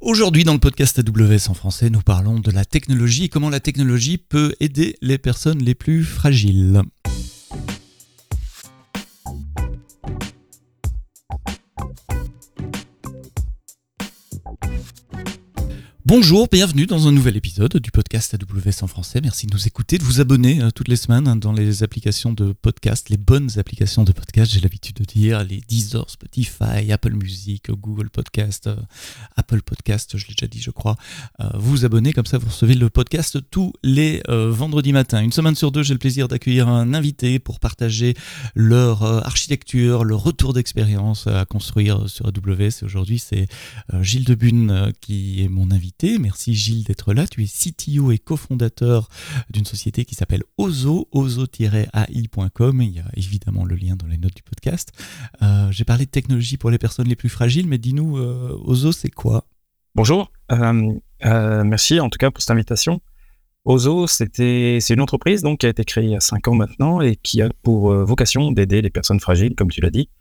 Aujourd'hui, dans le podcast AWS en français, nous parlons de la technologie et comment la technologie peut aider les personnes les plus fragiles. Bonjour, bienvenue dans un nouvel épisode du podcast AWS en français. Merci de nous écouter, de vous abonner toutes les semaines dans les applications de podcast, les bonnes applications de podcast, j'ai l'habitude de dire, les Deezer, Spotify, Apple Music, Google Podcast, Apple Podcast, je l'ai déjà dit je crois. Vous abonnez, comme ça vous recevez le podcast tous les vendredis matins. Une semaine sur deux, j'ai le plaisir d'accueillir un invité pour partager leur architecture, leur retour d'expérience à construire sur AWS. Et aujourd'hui, c'est Gilles Debune qui est mon invité. Merci Gilles d'être là. Tu es CTO et cofondateur d'une société qui s'appelle Ozo, ozo-ai.com. Il y a évidemment le lien dans les notes du podcast. J'ai parlé de technologie pour les personnes les plus fragiles, mais dis-nous, Ozo, c'est quoi ? Bonjour, merci en tout cas pour cette invitation. Ozo, c'est une entreprise donc, qui a été créée il y a 5 ans maintenant et qui a pour vocation d'aider les personnes fragiles, comme tu l'as dit.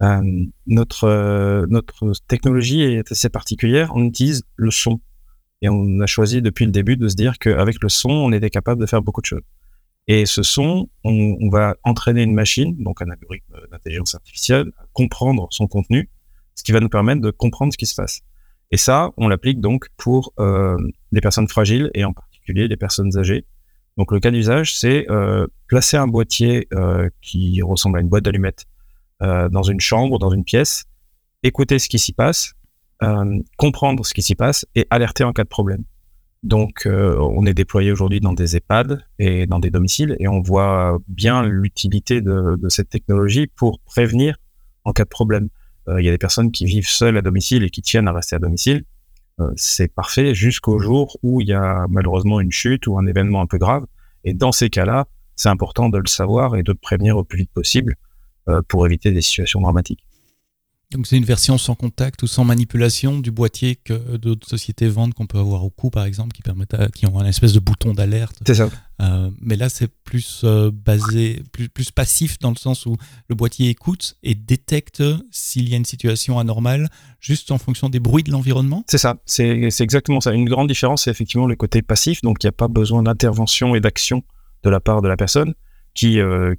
Notre technologie est assez particulière, on utilise le son. Et on a choisi depuis le début de se dire qu'avec le son, on était capable de faire beaucoup de choses. Et ce son, on va entraîner une machine, donc un algorithme d'intelligence artificielle, à comprendre son contenu, ce qui va nous permettre de comprendre ce qui se passe. Et ça, on l'applique donc pour les personnes fragiles et en particulier les personnes âgées. Donc le cas d'usage, c'est placer un boîtier qui ressemble à une boîte d'allumettes dans une chambre, dans une pièce, écouter ce qui s'y passe, comprendre ce qui s'y passe et alerter en cas de problème. Donc, on est déployé aujourd'hui dans des EHPAD et dans des domiciles et on voit bien l'utilité de cette technologie pour prévenir en cas de problème. Il y a des personnes qui vivent seules à domicile et qui tiennent à rester à domicile. C'est parfait jusqu'au jour où il y a malheureusement une chute ou un événement un peu grave. Et dans ces cas-là, c'est important de le savoir et de prévenir au plus vite possible pour éviter des situations dramatiques. Donc c'est une version sans contact ou sans manipulation du boîtier que d'autres sociétés vendent, qu'on peut avoir au cou par exemple, qui ont un espèce de bouton d'alerte. C'est ça. Mais là c'est plus basé, plus passif dans le sens où le boîtier écoute et détecte s'il y a une situation anormale juste en fonction des bruits de l'environnement. C'est ça, c'est exactement ça. Une grande différence, c'est effectivement le côté passif, donc il n'y a pas besoin d'intervention et d'action de la part de la personne qui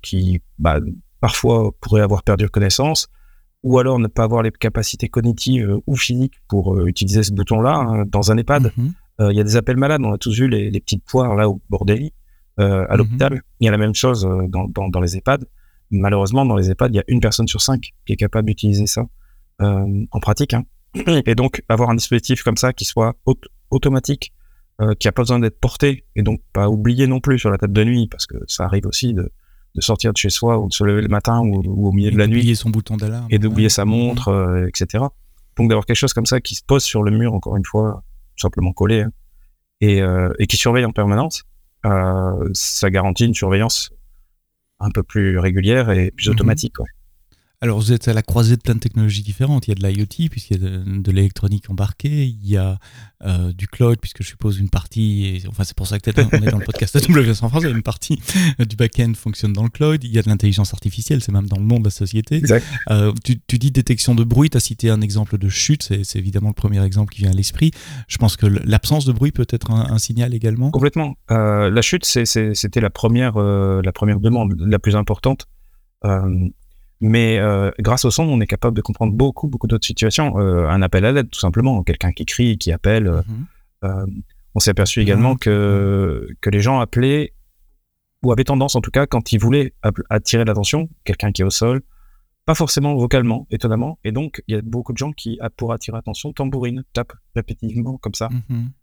parfois pourrait avoir perdu connaissance, ou alors ne pas avoir les capacités cognitives ou physiques pour utiliser ce bouton-là. Dans un EHPAD, il y a des appels malades, on a tous vu les petites poires là au bord des lits, à l'hôpital. Il y a la même chose dans les EHPAD. Malheureusement, dans les EHPAD, il y a 1 personne sur 5 qui est capable d'utiliser ça en pratique. Et donc, avoir un dispositif comme ça qui soit automatique, qui n'a pas besoin d'être porté, et donc pas oublié non plus sur la table de nuit, parce que ça arrive aussi de sortir de chez soi ou de se lever le matin ou au milieu de la nuit. D'oublier son bouton d'alarme. Et d'oublier sa montre, etc. Donc d'avoir quelque chose comme ça qui se pose sur le mur, encore une fois, tout simplement collé, et qui surveille en permanence, ça garantit une surveillance un peu plus régulière et plus automatique. Ouais. Alors vous êtes à la croisée de plein de technologies différentes. Il y a de l'IoT puisqu'il y a de l'électronique embarquée, il y a du cloud puisque je suppose une partie, c'est pour ça que peut-être on est dans le podcast AWS en France, une partie du back-end fonctionne dans le cloud, il y a de l'intelligence artificielle, c'est même dans le nom de la société. Exact. Tu dis détection de bruit, tu as cité un exemple de chute, c'est évidemment le premier exemple qui vient à l'esprit. Je pense que l'absence de bruit peut être un signal également. Complètement. La chute, c'était la première demande, la plus importante. Mais grâce au son, on est capable de comprendre beaucoup d'autres situations. Un appel à l'aide, tout simplement. Quelqu'un qui crie, qui appelle. On s'est aperçu également que les gens appelaient, ou avaient tendance en tout cas, quand ils voulaient attirer l'attention, quelqu'un qui est au sol, pas forcément vocalement, étonnamment. Et donc, il y a beaucoup de gens qui, pour attirer l'attention, tambourinent, tapent répétitivement comme ça.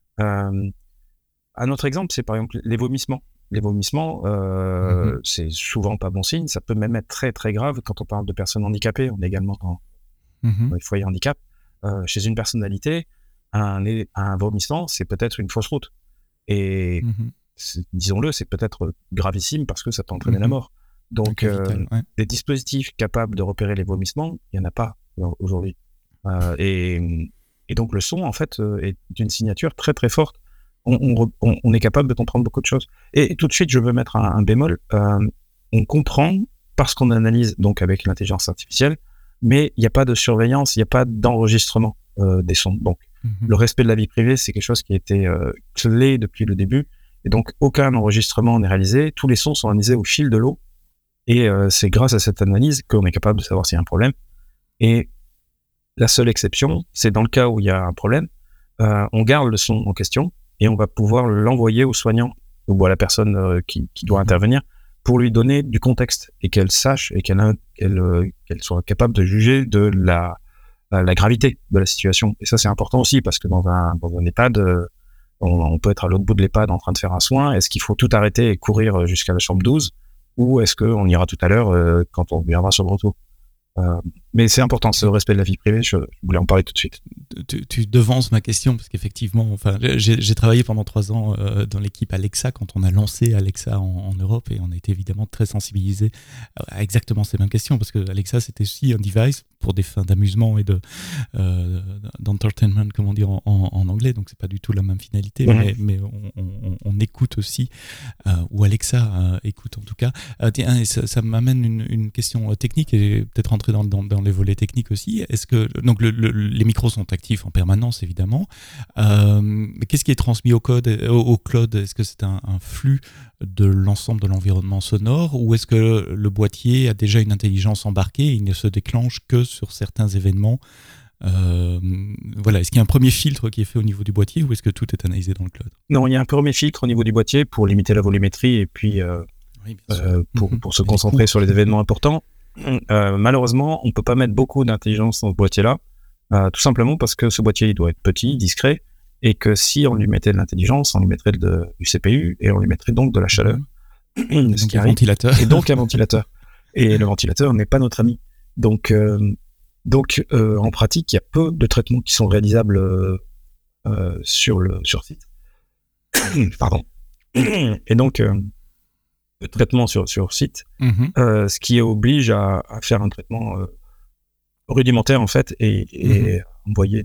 Un autre exemple, c'est par exemple les vomissements. Les vomissements, c'est souvent pas bon signe. Ça peut même être très très grave quand on parle de personnes handicapées. On est également dans les foyers handicap. Chez une personnalité, un vomissement, c'est peut-être une fausse route. Et disons-le, c'est peut-être gravissime parce que ça peut entraîner la mort. Donc, des dispositifs capables de repérer les vomissements, il n'y en a pas aujourd'hui. Et donc le son, en fait, est d'une signature très très forte. On est capable de comprendre beaucoup de choses. Et tout de suite, je veux mettre un bémol. On comprend parce qu'on analyse donc avec l'intelligence artificielle, mais il n'y a pas de surveillance, il n'y a pas d'enregistrement des sons. Donc, Le respect de la vie privée, c'est quelque chose qui a été clé depuis le début. Et donc, aucun enregistrement n'est réalisé. Tous les sons sont analysés au fil de l'eau. Et c'est grâce à cette analyse qu'on est capable de savoir s'il y a un problème. Et la seule exception, c'est dans le cas où il y a un problème, on garde le son en question et on va pouvoir l'envoyer au soignant ou à la personne qui doit intervenir pour lui donner du contexte et qu'elle sache et qu'elle soit capable de juger de la gravité de la situation. Et ça, c'est important aussi parce que dans un EHPAD, on peut être à l'autre bout de l'EHPAD en train de faire un soin. Est-ce qu'il faut tout arrêter et courir jusqu'à la chambre 12 ou est-ce qu'on ira tout à l'heure quand on viendra sur le retour? Mais c'est important, ce respect de la vie privée, je voulais en parler tout de suite. Tu devances ma question parce qu'effectivement, enfin, j'ai travaillé pendant 3 ans dans l'équipe Alexa quand on a lancé Alexa en Europe et on a été évidemment très sensibilisés à exactement ces mêmes questions parce que Alexa c'était aussi un device pour des fins d'amusement et d'entertainment, comment dire en anglais, donc c'est pas du tout la même finalité, mais on écoute aussi, ou Alexa écoute en tout cas. Tiens, et ça m'amène une question technique et peut-être rentrer dans les volets techniques aussi. Est-ce que donc les micros sont actifs en permanence évidemment, mais qu'est-ce qui est transmis au cloud? Est-ce que c'est un flux de l'ensemble de l'environnement sonore ou est-ce que le boîtier a déjà une intelligence embarquée et il ne se déclenche que sur certains événements? Voilà, est-ce qu'il y a un premier filtre qui est fait au niveau du boîtier ou est-ce que tout est analysé dans le cloud? Non, il y a un premier filtre au niveau du boîtier pour limiter la volumétrie et puis pour se concentrer sur les événements importants. Malheureusement, on ne peut pas mettre beaucoup d'intelligence dans ce boîtier-là, tout simplement parce que ce boîtier il doit être petit, discret, et que si on lui mettait de l'intelligence, on lui mettrait du CPU et on lui mettrait donc de la chaleur. Donc un ventilateur. Et donc un ventilateur. Et le ventilateur n'est pas notre ami. Donc en pratique, il y a peu de traitements qui sont réalisables sur site. Pardon. Et donc le traitement sur site, ce qui oblige à faire un traitement rudimentaire en fait et envoyer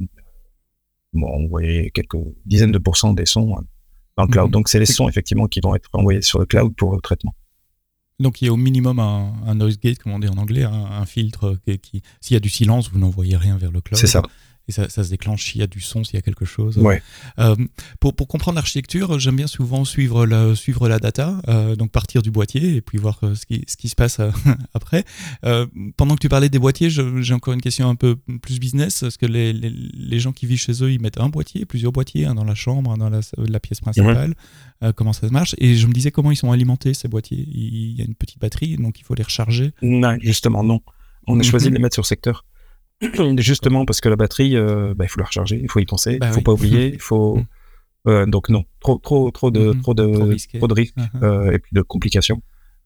quelques dizaines de pourcents des sons dans le cloud. Donc c'est les sons effectivement qui vont être envoyés sur le cloud pour le traitement. Donc il y a au minimum un noise gate, comme on dit en anglais, un filtre qui s'il y a du silence, vous n'envoyez rien vers le cloud. C'est ça. Et ça se déclenche s'il y a du son, s'il y a quelque chose. Ouais. Pour comprendre l'architecture, j'aime bien souvent suivre la data, donc partir du boîtier et puis voir ce qui se passe après. Pendant que tu parlais des boîtiers, j'ai encore une question un peu plus business. Est-ce que les gens qui vivent chez eux, ils mettent un boîtier, plusieurs boîtiers, un dans la chambre, un dans la pièce principale? Comment ça marche? Et je me disais comment ils sont alimentés ces boîtiers. Il y a une petite batterie, donc il faut les recharger. Non, justement non. On a choisi de les mettre sur secteur. Justement parce que la batterie, il faut la recharger, il faut y penser, il faut pas oublier, il faut donc non, trop de risques et puis de complications.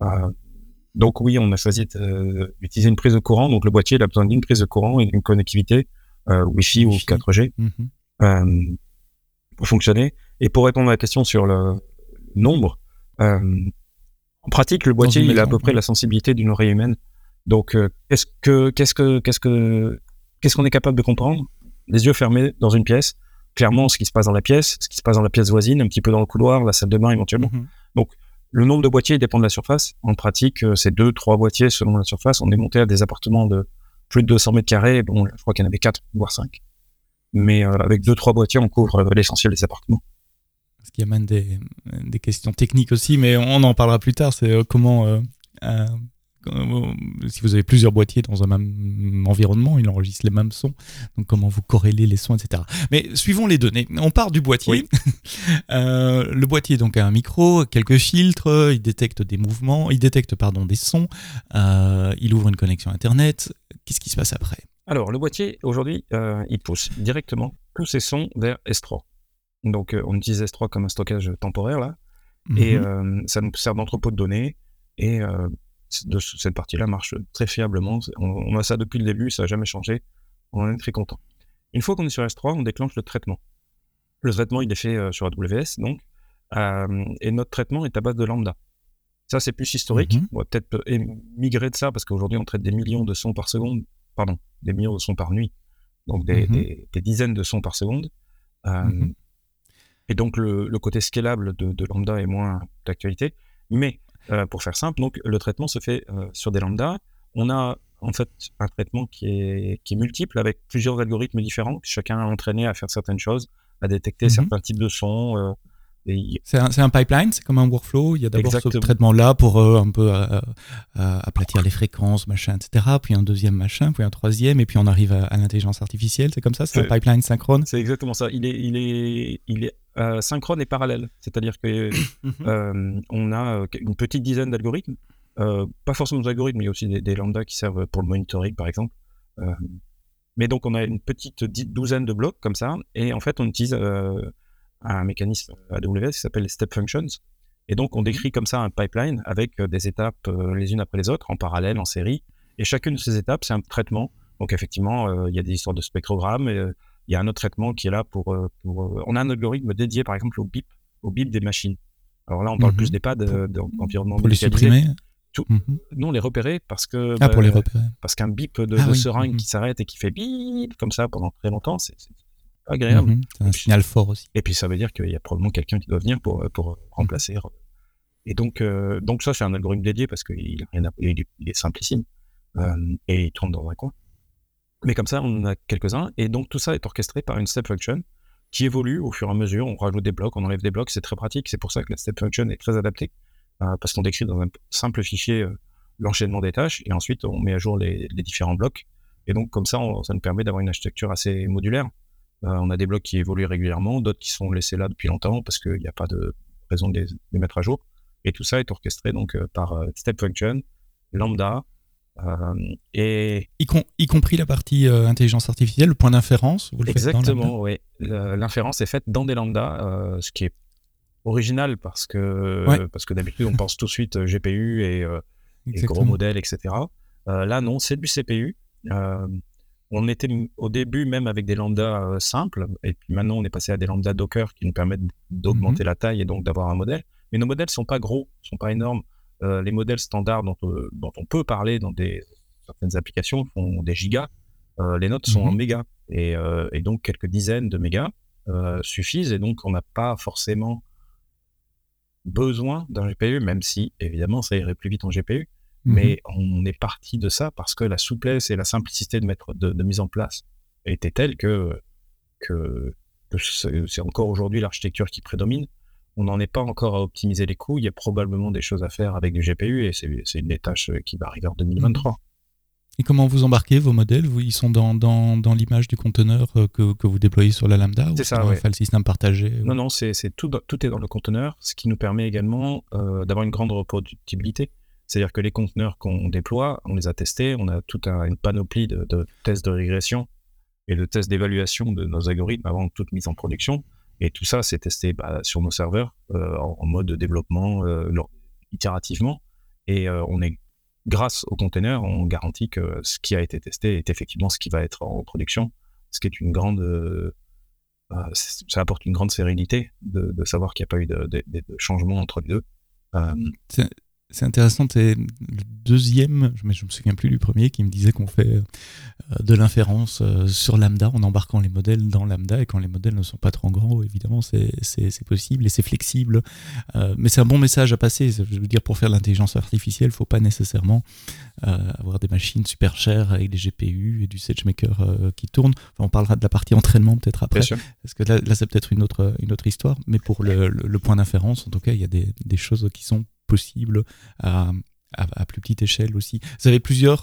Donc oui, on a choisi d'utiliser une prise de courant. Donc le boîtier il a besoin d'une prise de courant et d'une connectivité Wi-Fi ou 4G pour fonctionner. Et pour répondre à la question sur le nombre, en pratique le boîtier il a à peu près la sensibilité d'une oreille humaine. Donc, qu'est-ce qu'on est capable de comprendre? Les yeux fermés dans une pièce, clairement ce qui se passe dans la pièce, ce qui se passe dans la pièce voisine, un petit peu dans le couloir, la salle de bain éventuellement. Donc, le nombre de boîtiers dépend de la surface. En pratique, c'est 2-3 boîtiers selon la surface. On est monté à des appartements de plus de 200 mètres carrés. Bon, je crois qu'il y en avait 4, voire 5. Mais avec 2-3 boîtiers, on couvre l'essentiel des appartements. Ce qui amène des questions techniques aussi, mais on en parlera plus tard. C'est comment... si vous avez plusieurs boîtiers dans un même environnement, ils enregistrent les mêmes sons. Donc, comment vous corrélez les sons, etc. Mais suivons les données. On part du boîtier. Oui. Le boîtier donc a un micro, quelques filtres. Il détecte des mouvements. Il détecte des sons. Il ouvre une connexion Internet. Qu'est-ce qui se passe après? Alors, le boîtier aujourd'hui, il pousse directement tous ces sons vers S3. Donc, on utilise S3 comme un stockage temporaire là, et ça nous sert d'entrepôt de données et cette partie-là marche très fiablement. On a ça depuis le début, ça n'a jamais changé. On en est très content. Une fois qu'on est sur S3, on déclenche le traitement. Le traitement, il est fait sur AWS, donc, et notre traitement est à base de Lambda. Ça, c'est plus historique. On va peut-être migrer de ça, parce qu'aujourd'hui, on traite des millions de sons par seconde, des millions de sons par nuit, donc des dizaines de sons par seconde. Et donc, le côté scalable de Lambda est moins d'actualité, mais pour faire simple, donc le traitement se fait sur des lambdas. On a en fait un traitement qui est multiple avec plusieurs algorithmes différents, chacun entraîné à faire certaines choses, à détecter certains types de sons. C'est un pipeline, c'est comme un workflow. Il y a d'abord ce Exactement. traitement-là pour un peu aplatir les fréquences, machin, etc. Puis un deuxième machin, puis un troisième, et puis on arrive à l'intelligence artificielle. C'est comme ça, c'est un pipeline synchrone. C'est exactement ça. Il est synchrone et parallèle. C'est-à-dire que on a une petite dizaine d'algorithmes, pas forcément des algorithmes, mais il y a aussi des lambda qui servent pour le monitoring, par exemple. Mais donc on a une petite douzaine de blocs comme ça, et en fait on utilise un mécanisme AWS qui s'appelle les step functions. Et donc, on décrit comme ça un pipeline avec des étapes les unes après les autres, en parallèle, en série. Et chacune de ces étapes, c'est un traitement. Donc, effectivement, il y a des histoires de spectrogrammes. Il y a un autre traitement qui est là pour on a un algorithme dédié, par exemple, au bip des machines. Alors là, on parle plus des pads d'environnement pour les supprimer. Non, les repérer parce que pour les repérer. Parce qu'un bip de seringue qui s'arrête et qui fait bip comme ça pendant très longtemps, c'est agréable. C'est un signal fort aussi. Et puis ça veut dire qu'il y a probablement quelqu'un qui doit venir pour remplacer. Et donc ça, c'est un algorithme dédié parce qu'il est simplissime et il tourne dans un coin. Mais comme ça, on en a quelques-uns. Et donc tout ça est orchestré par une step function qui évolue au fur et à mesure. On rajoute des blocs, on enlève des blocs. C'est très pratique. C'est pour ça que la step function est très adaptée parce qu'on décrit dans un simple fichier l'enchaînement des tâches et ensuite on met à jour les différents blocs. Et donc comme ça, ça nous permet d'avoir une architecture assez modulaire. On a des blocs qui évoluent régulièrement, d'autres qui sont laissés là depuis longtemps parce qu'il n'y a pas de raison de les mettre à jour. Et tout ça est orchestré donc par step function, lambda, et y compris la partie intelligence artificielle, le point d'inférence. Vous le exactement, oui. L'inférence est faite dans des lambdas, ce qui est original parce que d'habitude on pense tout de suite GPU et gros modèles, etc. Là non, c'est du CPU. On était au début même avec des lambdas simples, et puis maintenant on est passé à des lambdas Docker qui nous permettent d'augmenter la taille et donc d'avoir un modèle. Mais nos modèles sont pas gros, sont pas énormes. Les modèles standards dont on peut parler dans certaines applications font des gigas. Les nôtres sont en mégas, et donc quelques dizaines de mégas suffisent, et donc on n'a pas forcément besoin d'un GPU, même si évidemment ça irait plus vite en GPU. Mais on est parti de ça parce que la souplesse et la simplicité de mise en place était telle que c'est encore aujourd'hui l'architecture qui prédomine. On n'en est pas encore à optimiser les coûts. Il y a probablement des choses à faire avec du GPU et c'est une des tâches qui va arriver en 2023. Et comment vous embarquez vos modèles? Ils sont dans l'image du conteneur que vous déployez sur la Lambda, c'est ou ça, dans le système partagé? Non, c'est tout est dans le conteneur, ce qui nous permet également d'avoir une grande reproductibilité. C'est-à-dire que les conteneurs qu'on déploie, on les a testés, on a toute une panoplie de tests de régression et de tests d'évaluation de nos algorithmes avant toute mise en production. Et tout ça, c'est testé sur nos serveurs en mode de développement itérativement. Et grâce au container, on garantit que ce qui a été testé est effectivement ce qui va être en production, ce qui est une grande... ça apporte une grande sérénité de savoir qu'il n'y a pas eu de changement entre les deux. C'est intéressant, c'est le deuxième, mais je me souviens plus du premier, qui me disait qu'on fait de l'inférence sur Lambda en embarquant les modèles dans Lambda, et quand les modèles ne sont pas trop grands, évidemment c'est possible et c'est flexible. Mais c'est un bon message à passer. Je veux dire, pour faire l'intelligence artificielle, il ne faut pas nécessairement avoir des machines super chères avec des GPU et du SageMaker qui tournent. Enfin, on parlera de la partie entraînement peut-être après, parce que là c'est peut-être une autre histoire. Mais pour le point d'inférence, en tout cas, il y a des choses qui sont possible à plus petite échelle aussi. Vous avez plusieurs...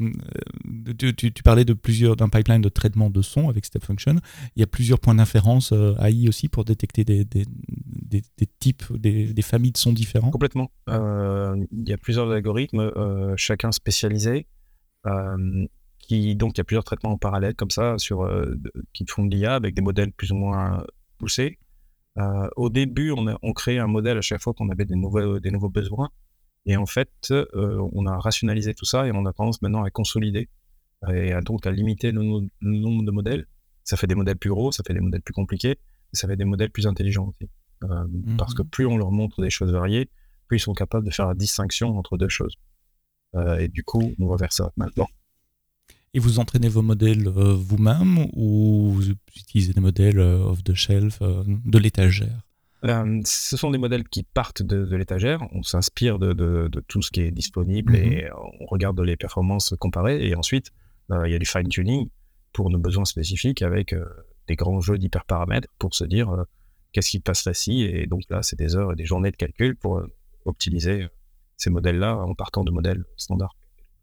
tu parlais d'un pipeline de traitement de son avec Step Function. Il y a plusieurs points d'inférence AI aussi pour détecter des types, des familles de sons différents. Complètement. Il y a plusieurs algorithmes, chacun spécialisé. Donc il y a plusieurs traitements en parallèle comme ça qui font de l'IA avec des modèles plus ou moins poussés. Au début, on créait un modèle à chaque fois qu'on avait des nouveaux besoins. Et en fait, on a rationalisé tout ça et on a tendance maintenant à consolider et donc à limiter le nombre de modèles. Ça fait des modèles plus gros, ça fait des modèles plus compliqués, et ça fait des modèles plus intelligents aussi. Parce que plus on leur montre des choses variées, plus ils sont capables de faire la distinction entre deux choses. Et du coup, on va vers ça maintenant. Et vous entraînez vos modèles vous-même, ou vous utilisez des modèles off-the-shelf, de l'étagère? Ce sont des modèles qui partent de l'étagère. On s'inspire de tout ce qui est disponible et on regarde les performances comparées. Et ensuite, il y a du fine-tuning pour nos besoins spécifiques avec des grands jeux d'hyperparamètres pour se dire qu'est-ce qui passerait si. Et donc là, c'est des heures et des journées de calcul pour optimiser ces modèles-là en partant de modèles standards.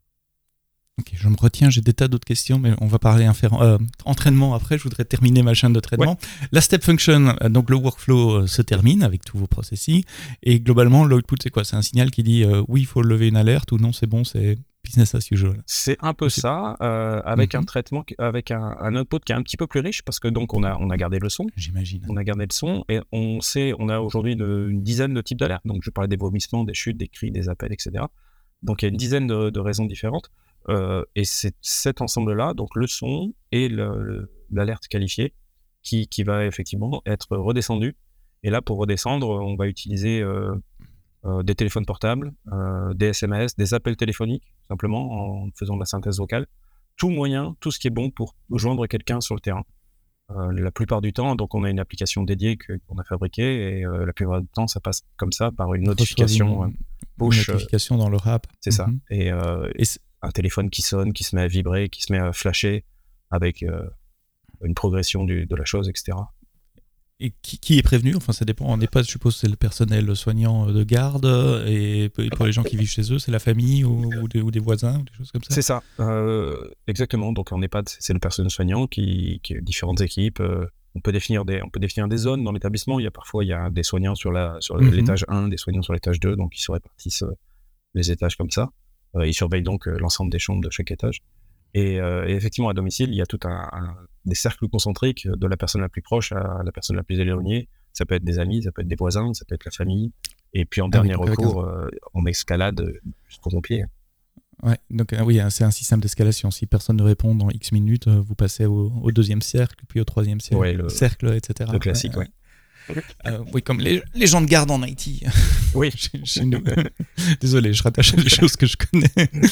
Ok, je me retiens, j'ai des tas d'autres questions, mais on va parler entraînement après. Je voudrais terminer ma chaîne de traitement. Ouais. La step function, donc le workflow se termine avec tous vos processus. Et globalement, l'output, c'est quoi? C'est un signal qui dit oui, il faut lever une alerte ou non, c'est bon, c'est business as usual. C'est un peu ça, avec un traitement, avec un output qui est un petit peu plus riche parce que donc on a gardé le son. J'imagine. On a gardé le son et on a aujourd'hui une dizaine de types d'alertes. Donc je parlais des vomissements, des chutes, des cris, des appels, etc. Donc il y a une dizaine de raisons différentes. Et c'est cet ensemble-là, donc le son et l'alerte qualifiée, qui va effectivement être redescendu. Et là, pour redescendre, on va utiliser des téléphones portables, des SMS, des appels téléphoniques, simplement en faisant de la synthèse vocale. Tout moyen, tout ce qui est bon pour joindre quelqu'un sur le terrain. La plupart du temps, donc on a une application dédiée qu'on a fabriquée et la plupart du temps, ça passe comme ça par une notification push. Une notification dans leur app. C'est ça. Et un téléphone qui sonne, qui se met à vibrer, qui se met à flasher avec une progression de la chose, etc. Et qui est prévenu? Enfin, ça dépend. On n'est pas, je suppose, c'est le personnel soignant de garde et pour les gens qui vivent chez eux, c'est la famille ou des voisins ou des choses comme ça. C'est ça, exactement. Donc en EHPAD, c'est le personnel soignant qui a différentes équipes. On peut définir des zones dans l'établissement. Il y a des soignants sur l'étage 1, des soignants sur l'étage 2, donc ils se répartissent les étages comme ça. Ils surveillent donc l'ensemble des chambres de chaque étage. Et effectivement, à domicile, il y a tout des cercles concentriques de la personne la plus proche à la personne la plus éloignée. Ça peut être des amis, ça peut être des voisins, ça peut être la famille. Et puis en dernier recours, on escalade jusqu'aux pompiers. Ouais, donc oui, c'est un système d'escalation. Si personne ne répond dans X minutes, vous passez au deuxième cercle, puis au troisième cercle, etc. Le classique, oui. Oui, comme les gens de garde en IT. Oui. Chez nous. Désolé, je rattache à des choses que je connais.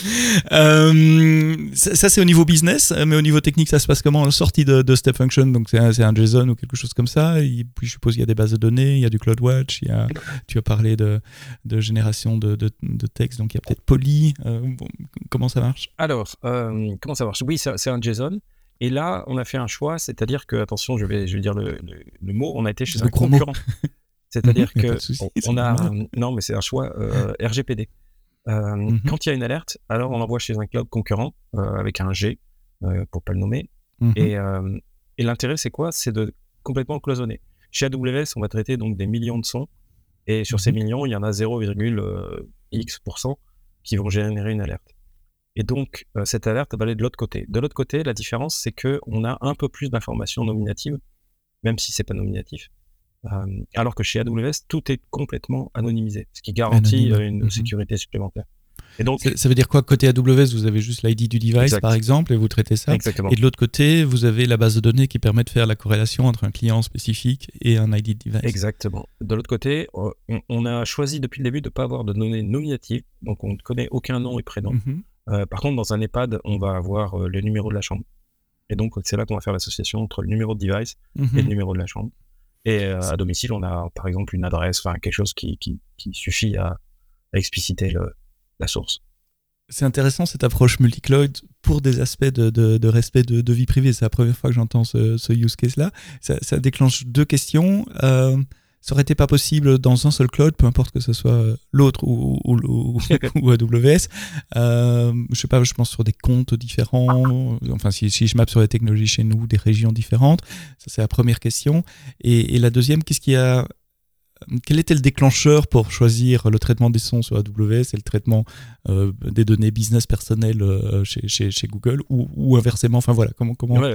Ça, c'est au niveau business, mais au niveau technique, ça se passe comment? La sortie de Step Function, donc c'est un JSON ou quelque chose comme ça. Et puis je suppose qu'il y a des bases de données, il y a du CloudWatch, tu as parlé de génération de texte, donc il y a peut-être Poly. Comment ça marche? Alors, comment ça marche? Oui, c'est un JSON. Et là, on a fait un choix, c'est-à-dire que, attention, je vais dire le mot, on a été chez un concurrent. C'est-à-dire que non, mais c'est un choix RGPD. Quand il y a une alerte, alors on envoie chez un cloud concurrent avec un G, pour pas le nommer. Et l'intérêt, c'est quoi? C'est de complètement cloisonner. Chez AWS, on va traiter donc des millions de sons, et sur ces millions, il y en a 0,X% qui vont générer une alerte. Et donc, cette alerte va aller de l'autre côté. De l'autre côté, la différence, c'est qu'on a un peu plus d'informations nominatives, même si c'est pas nominatif. Alors que chez AWS, tout est complètement anonymisé, ce qui garantit une sécurité supplémentaire. Et donc, ça veut dire quoi? Côté AWS, vous avez juste l'ID du device, par exemple, et vous traitez ça. Exactement. Et de l'autre côté, vous avez la base de données qui permet de faire la corrélation entre un client spécifique et un ID de device. Exactement. De l'autre côté, on a choisi depuis le début de ne pas avoir de données nominatives, donc on ne connaît aucun nom et prénom. Par contre, dans un EHPAD, on va avoir le numéro de la chambre. Et donc, c'est là qu'on va faire l'association entre le numéro de device et le numéro de la chambre. Et à domicile, on a par exemple une adresse, enfin quelque chose qui suffit à expliciter la source. C'est intéressant cette approche multi-cloud pour des aspects de respect de vie privée. C'est la première fois que j'entends ce use case-là. Ça déclenche deux questions. Ça aurait été pas possible dans un seul cloud, peu importe que ce soit l'autre ou AWS. Je sais pas, je pense sur des comptes différents. Enfin, si je mappe sur les technologies chez nous, des régions différentes. Ça, c'est la première question. Et la deuxième, quel était le déclencheur pour choisir le traitement des sons sur AWS et le traitement des données business personnelles chez Google ou inversement? Enfin voilà, comment... Ouais.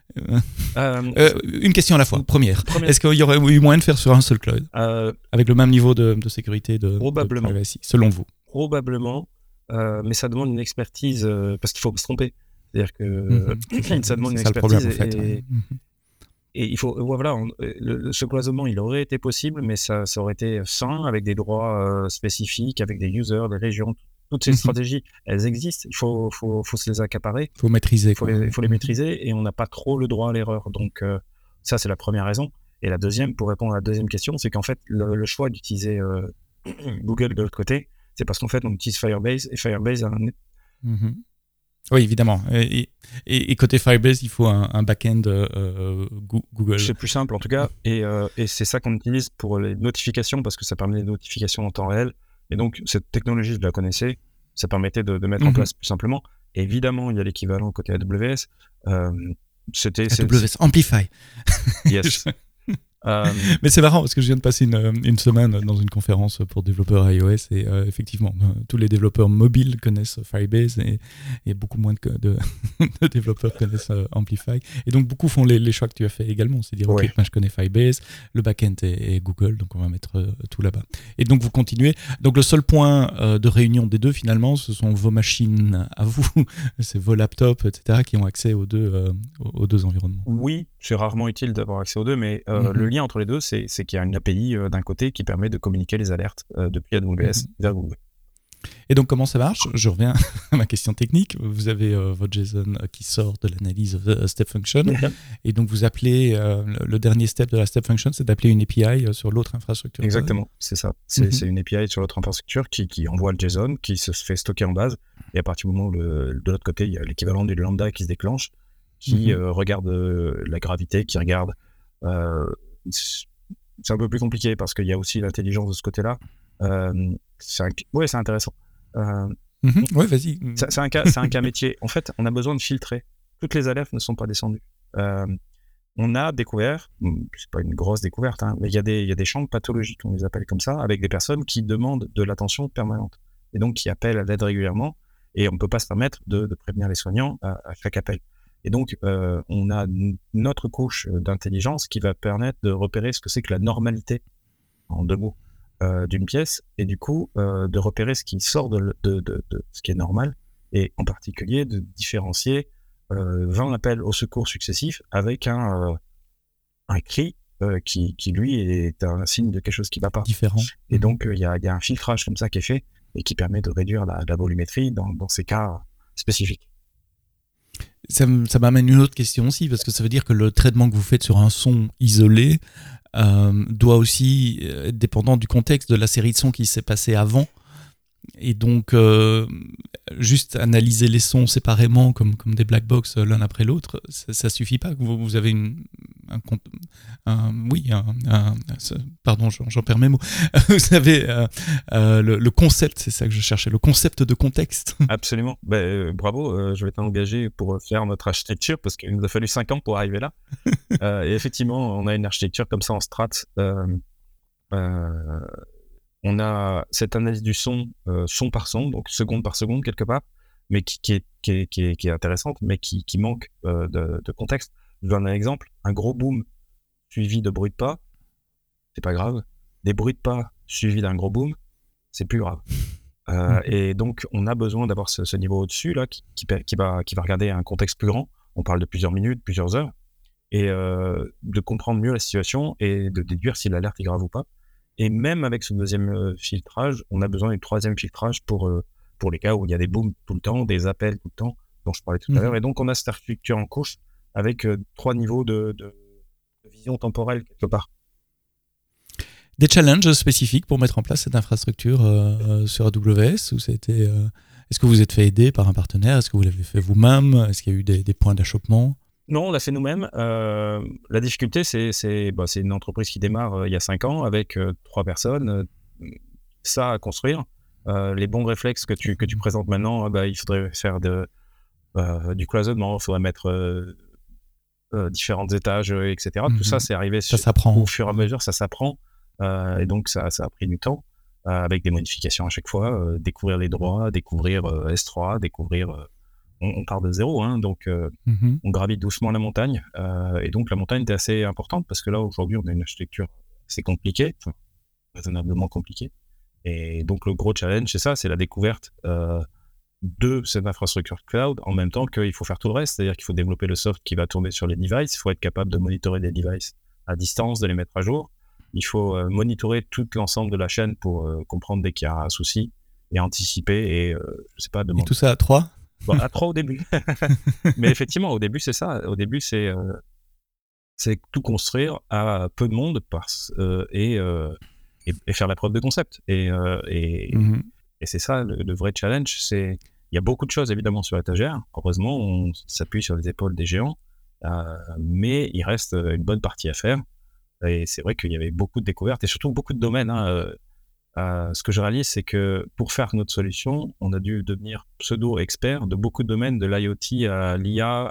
Une question à la fois. Première. Est-ce qu'il y aurait eu moyen de faire sur un seul cloud avec le même niveau de sécurité de privacy, selon vous? Probablement, mais ça demande une expertise parce qu'il faut se tromper. C'est-à-dire que ça demande une expertise et il faut ce cloisonnement il aurait été possible, mais ça aurait été sain avec des droits spécifiques, avec des users, des régions. Toutes ces stratégies, elles existent. Il faut se les accaparer. Il faut maîtriser. Il faut les maîtriser et on n'a pas trop le droit à l'erreur. Donc ça, c'est la première raison. Et la deuxième, pour répondre à la deuxième question, c'est qu'en fait, le choix d'utiliser Google de l'autre côté, c'est parce qu'en fait, on utilise Firebase, et Firebase a Mhm. Oui, évidemment. Et côté Firebase, il faut un back-end Google. c'est plus simple en tout cas, et c'est ça qu'on utilise pour les notifications, parce que ça permet les notifications en temps réel. Et donc, cette technologie, je la connaissais, ça permettait de mettre en place plus simplement. Et évidemment, il y a l'équivalent côté AWS. AWS Amplify. Yes. Mais c'est marrant parce que je viens de passer une semaine dans une conférence pour développeurs iOS et effectivement, tous les développeurs mobiles connaissent Firebase et beaucoup moins de développeurs connaissent Amplify. Et donc, beaucoup font les choix que tu as fait également. C'est dire, OK, moi je connais Firebase, le back-end est Google, donc on va mettre tout là-bas. Et donc, vous continuez. Donc, le seul point de réunion des deux, finalement, ce sont vos machines à vous, c'est vos laptops, etc., qui ont accès aux deux environnements. Oui, c'est rarement utile d'avoir accès aux deux, mais le lien entre les deux, c'est qu'il y a une API d'un côté qui permet de communiquer les alertes depuis AWS vers Google. Et donc, comment ça marche ? Je reviens à ma question technique. Vous avez votre JSON qui sort de l'analyse step function. Et donc, vous appelez le dernier step de la step function, c'est d'appeler une API sur l'autre infrastructure. Exactement, c'est ça. C'est une API sur l'autre infrastructure qui envoie le JSON, qui se fait stocker en base. Et à partir du moment où de l'autre côté, il y a l'équivalent du lambda qui se déclenche, qui regarde la gravité, qui regarde... c'est un peu plus compliqué parce qu'il y a aussi l'intelligence de ce côté-là. C'est intéressant. Ouais, vas-y. C'est un cas métier. En fait, on a besoin de filtrer. Toutes les alertes ne sont pas descendues. On a découvert, c'est pas une grosse découverte, hein, mais il y a des champs pathologiques, on les appelle comme ça, avec des personnes qui demandent de l'attention permanente et donc qui appellent à l'aide régulièrement, et on ne peut pas se permettre de prévenir les soignants à chaque appel. Et donc, on a notre couche d'intelligence qui va permettre de repérer ce que c'est que la normalité, en deux mots, d'une pièce, et du coup, de repérer ce qui sort de ce qui est normal, et en particulier de différencier 20 appels au secours successifs avec un cri qui, lui, est un signe de quelque chose qui ne va pas. Différent. Et donc, il y a un filtrage comme ça qui est fait, et qui permet de réduire la volumétrie dans ces cas spécifiques. Ça m'amène une autre question aussi, parce que ça veut dire que le traitement que vous faites sur un son isolé doit aussi être dépendant du contexte de la série de sons qui s'est passée avant. Et donc, juste analyser les sons séparément comme des black box l'un après l'autre, ça suffit pas. Vous avez pardon, j'en perds mes mots. Vous avez le concept, c'est ça que je cherchais, le concept de contexte. Absolument. Bravo, je vais t'engager pour faire notre architecture parce qu'il nous a fallu 5 ans pour arriver là. Et effectivement, on a une architecture comme ça en strat. On a cette analyse du son, son par son, donc seconde par seconde quelque part, mais qui est intéressante, mais qui manque de contexte. Je donne un exemple, un gros boom suivi de bruit de pas, c'est pas grave. Des bruits de pas suivis d'un gros boom, c'est plus grave. Et donc, on a besoin d'avoir ce niveau au-dessus, là, qui va regarder un contexte plus grand. On parle de plusieurs minutes, plusieurs heures, et de comprendre mieux la situation et de déduire si l'alerte est grave ou pas. Et même avec ce deuxième filtrage, on a besoin du troisième filtrage pour les cas où il y a des booms tout le temps, des appels tout le temps, dont je parlais tout à l'heure. Et donc, on a cette architecture en couche avec 3 niveaux de vision temporelle, quelque part. Des challenges spécifiques pour mettre en place cette infrastructure sur AWS ou est-ce que vous êtes fait aider par un partenaire ? Est-ce que vous l'avez fait vous-même ? Est-ce qu'il y a eu des points d'achoppement ? Non, on l'a fait nous-mêmes. La difficulté, c'est une entreprise qui démarre il y a 5 ans avec 3 personnes. Ça à construire. Les bons réflexes que tu présentes maintenant, il faudrait faire du cloisonnement, il faudrait mettre différents étages, etc. Tout ça, c'est arrivé au fur et à mesure, ça s'apprend. Et donc, ça a pris du temps, avec des modifications à chaque fois, découvrir les droits, découvrir S3, découvrir... On part de zéro, hein, donc on gravite doucement la montagne. Et donc, la montagne était assez importante parce que là, aujourd'hui, on a une architecture assez compliquée, raisonnablement compliquée. Et donc, le gros challenge, c'est ça, c'est la découverte de cette infrastructure cloud en même temps qu'il faut faire tout le reste. C'est-à-dire qu'il faut développer le soft qui va tourner sur les devices. Il faut être capable de monitorer les devices à distance, de les mettre à jour. Il faut monitorer tout l'ensemble de la chaîne pour comprendre dès qu'il y a un souci et anticiper et, je sais pas, demander. Et tout ça à 3 ? Bon, à 3 au début. Mais effectivement, au début, c'est ça. Au début, c'est c'est tout construire à peu de monde et faire la preuve de concept. Mhm. Et c'est ça le vrai challenge. Il y a beaucoup de choses évidemment sur l'étagère. Heureusement, on s'appuie sur les épaules des géants, mais il reste une bonne partie à faire. Et c'est vrai qu'il y avait beaucoup de découvertes et surtout beaucoup de domaines. Ce que je réalise, c'est que pour faire notre solution, on a dû devenir pseudo-expert de beaucoup de domaines, de l'IoT à l'IA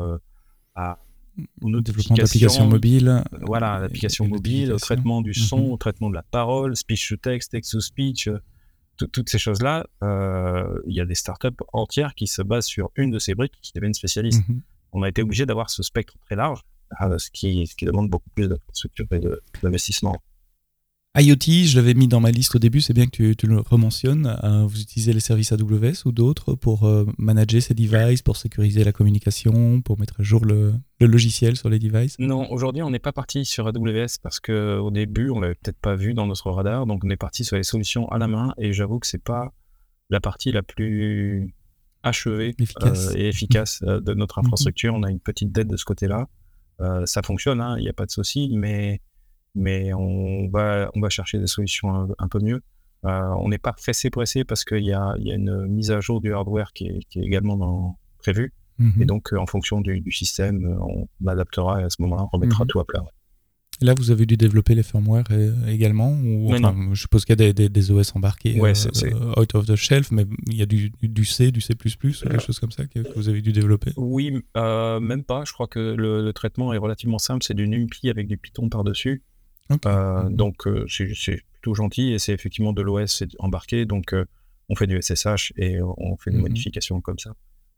à aux Développement d'applications notifications, mobiles voilà, l'application et mobile, au notifications. traitement du son, au traitement de la parole, speech to text, text to speech, toutes ces choses-là. Il y a des startups entières qui se basent sur une de ces briques qui deviennent spécialistes. Mhm. On a été obligé d'avoir ce spectre très large, ce qui demande beaucoup plus d'infrastructure et d'investissement. IoT, je l'avais mis dans ma liste au début, c'est bien que tu le rementionnes. Vous utilisez les services AWS ou d'autres pour manager ces devices, pour sécuriser la communication, pour mettre à jour le logiciel sur les devices? Non, aujourd'hui, on n'est pas parti sur AWS parce qu'au début, on l'avait peut-être pas vu dans notre radar, donc on est parti sur les solutions à la main et j'avoue que c'est pas la partie la plus achevée Efficace. et efficace de notre Mhm. infrastructure. On a une petite dette de ce côté-là. Ça fonctionne, il n'y a pas de souci, mais on va chercher des solutions un peu mieux. On n'est pas pressé parce qu'il y a une mise à jour du hardware qui est également prévue. Et Mhm. donc, en fonction du système, on adaptera et à ce moment-là, on remettra Mhm. tout à plat. Ouais. Et là, vous avez dû développer les firmware également ou, Mais enfin, non, je suppose qu'il y a des OS embarqués ouais, out of the shelf, mais il y a du C, du C++, ou des choses comme ça que vous avez dû développer? oui, même pas. Je crois que le traitement est relativement simple. C'est du NumPy avec du Python par-dessus. Ok. Mhm. Donc, c'est plutôt gentil et c'est effectivement de l'OS embarqué. Donc, on fait du SSH et on fait des Mhm. modifications comme ça.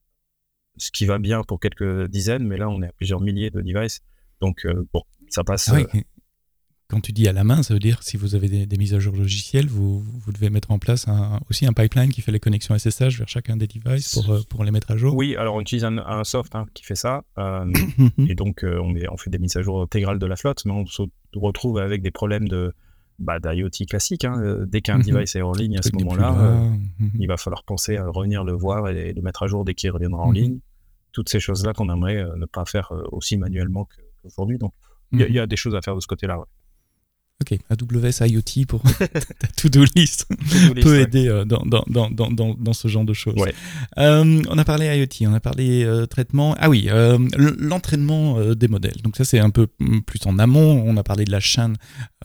Ce qui va bien pour quelques dizaines, mais là, on est à plusieurs milliers de devices. Donc, bon, ça passe. Ah oui, quand tu dis à la main, ça veut dire si vous avez des mises à jour logicielles, vous devez mettre en place aussi un pipeline qui fait les connexions SSH vers chacun des devices pour les mettre à jour. Oui, alors on utilise un soft qui fait ça. Mhm. Et donc, on fait des mises à jour intégrales de la flotte, mais on se retrouve avec des problèmes d'IoT classique. Dès qu'un Mhm. device est en ligne, Le à ce truc n'est plus moment-là, là. il va falloir penser à revenir le voir et le mettre à jour dès qu'il reviendra en Mhm. ligne. Toutes ces choses-là qu'on aimerait ne pas faire aussi manuellement qu'aujourd'hui. Donc, il y Mhm. a des choses à faire de ce côté-là. Ouais. Ok, AWS IoT pour ta to-do list To-do list, peut ouais. aider dans ce genre de choses. Ouais. On a parlé IoT, on a parlé traitement. Ah oui, l'entraînement des modèles. Donc ça c'est un peu plus en amont. On a parlé de la chaîne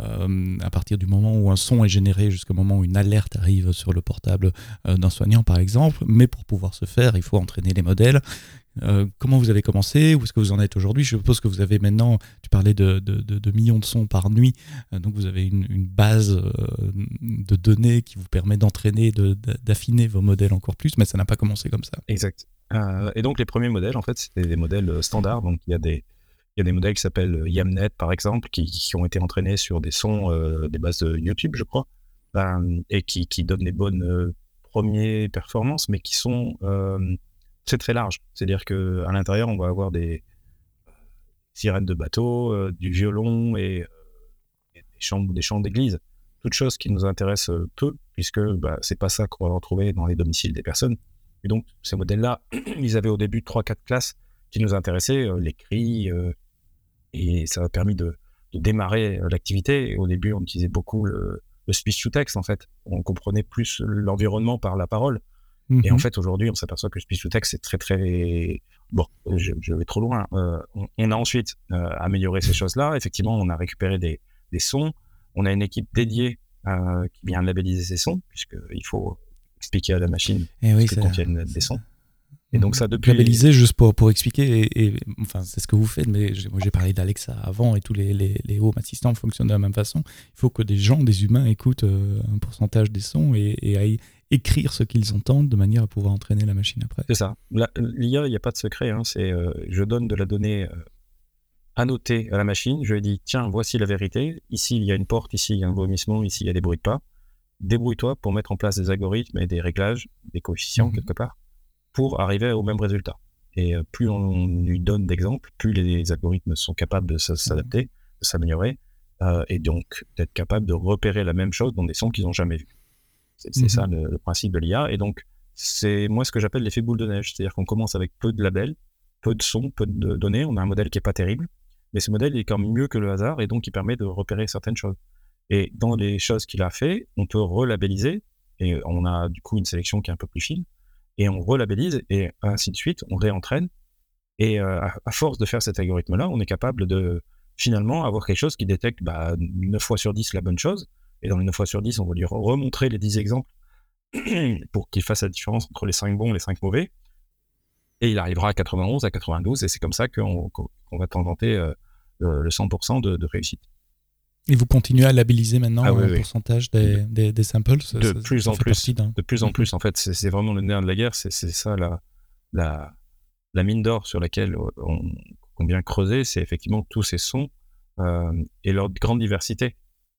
à partir du moment où un son est généré jusqu'au moment où une alerte arrive sur le portable d'un soignant par exemple. Mais pour pouvoir se faire, il faut entraîner les modèles. Comment vous avez commencé? Où est-ce que vous en êtes aujourd'hui? Je suppose que vous avez maintenant, tu parlais de millions de sons par nuit, donc vous avez une base de données qui vous permet d'entraîner, d'affiner vos modèles encore plus, mais ça n'a pas commencé comme ça. Exact. Et donc, les premiers modèles, en fait, c'était des modèles standards. Donc, il y a des modèles qui s'appellent Yamnet, par exemple, qui ont été entraînés sur des sons, des bases de YouTube, je crois, et qui donnent des bonnes premières performances, mais qui sont c'est très large. C'est-à-dire qu'à l'intérieur, on va avoir des sirènes de bateau, du violon et des chants d'église. Toutes choses qui nous intéressent peu, puisque c'est pas ça qu'on va retrouver dans les domiciles des personnes. Et donc, ces modèles-là, ils avaient au début 3-4 classes qui nous intéressaient, les cris, et ça a permis de démarrer l'activité. Et au début, on utilisait beaucoup le speech to text, en fait. On comprenait plus l'environnement par la parole. Et en fait, aujourd'hui, on s'aperçoit que le speech to text, c'est très, très... Bon, je vais trop loin. On a ensuite amélioré ces choses-là. Effectivement, on a récupéré des sons. On a une équipe dédiée qui vient labelliser ces sons, puisqu'il faut expliquer à la machine Et ce oui, que contiennent des sons. Et donc ça, Donc, depuis... labelliser, juste pour expliquer, enfin, c'est ce que vous faites, mais moi j'ai parlé d'Alexa avant et tous les home assistants fonctionnent de la même façon. Il faut que des humains écoutent un pourcentage des sons et aillent écrire ce qu'ils entendent de manière à pouvoir entraîner la machine après. C'est ça. L'IA, il n'y a pas de secret. C'est je donne de la donnée annotée à la machine. Je lui dis, tiens, voici la vérité. Ici, il y a une porte. Ici, il y a un vomissement. Ici, il y a des bruits de pas. Débrouille-toi pour mettre en place des algorithmes et des réglages, des coefficients quelque part, pour arriver au même résultat. Et plus on lui donne d'exemples, plus les algorithmes sont capables de s'adapter, de s'améliorer, et donc d'être capables de repérer la même chose dans des sons qu'ils n'ont jamais vus. C'est ça le principe de l'IA. Et donc, c'est moi ce que j'appelle l'effet boule de neige. C'est-à-dire qu'on commence avec peu de labels, peu de sons, peu de données. On a un modèle qui n'est pas terrible. mais ce modèle est quand même mieux que le hasard et donc il permet de repérer certaines choses. Et dans les choses qu'il a fait, on peut relabelliser et on a du coup une sélection qui est un peu plus fine et on relabellise et ainsi de suite, on réentraîne et à force de faire cet algorithme-là, on est capable de finalement avoir quelque chose qui détecte 9 fois sur 10 la bonne chose et dans les 9 fois sur 10, on va lui remontrer les 10 exemples pour qu'il fasse la différence entre les 5 bons et les 5 mauvais et il arrivera à 91, à 92 et c'est comme ça qu'on va tenter le 100% de réussite. Et vous continuez à labelliser maintenant Ah oui, un oui. pourcentage des samples De plus en plus. De plus en Mhm. plus, en fait, c'est vraiment le nerf de la guerre. C'est ça la mine d'or sur laquelle on vient creuser. C'est effectivement tous ces sons et leur grande diversité.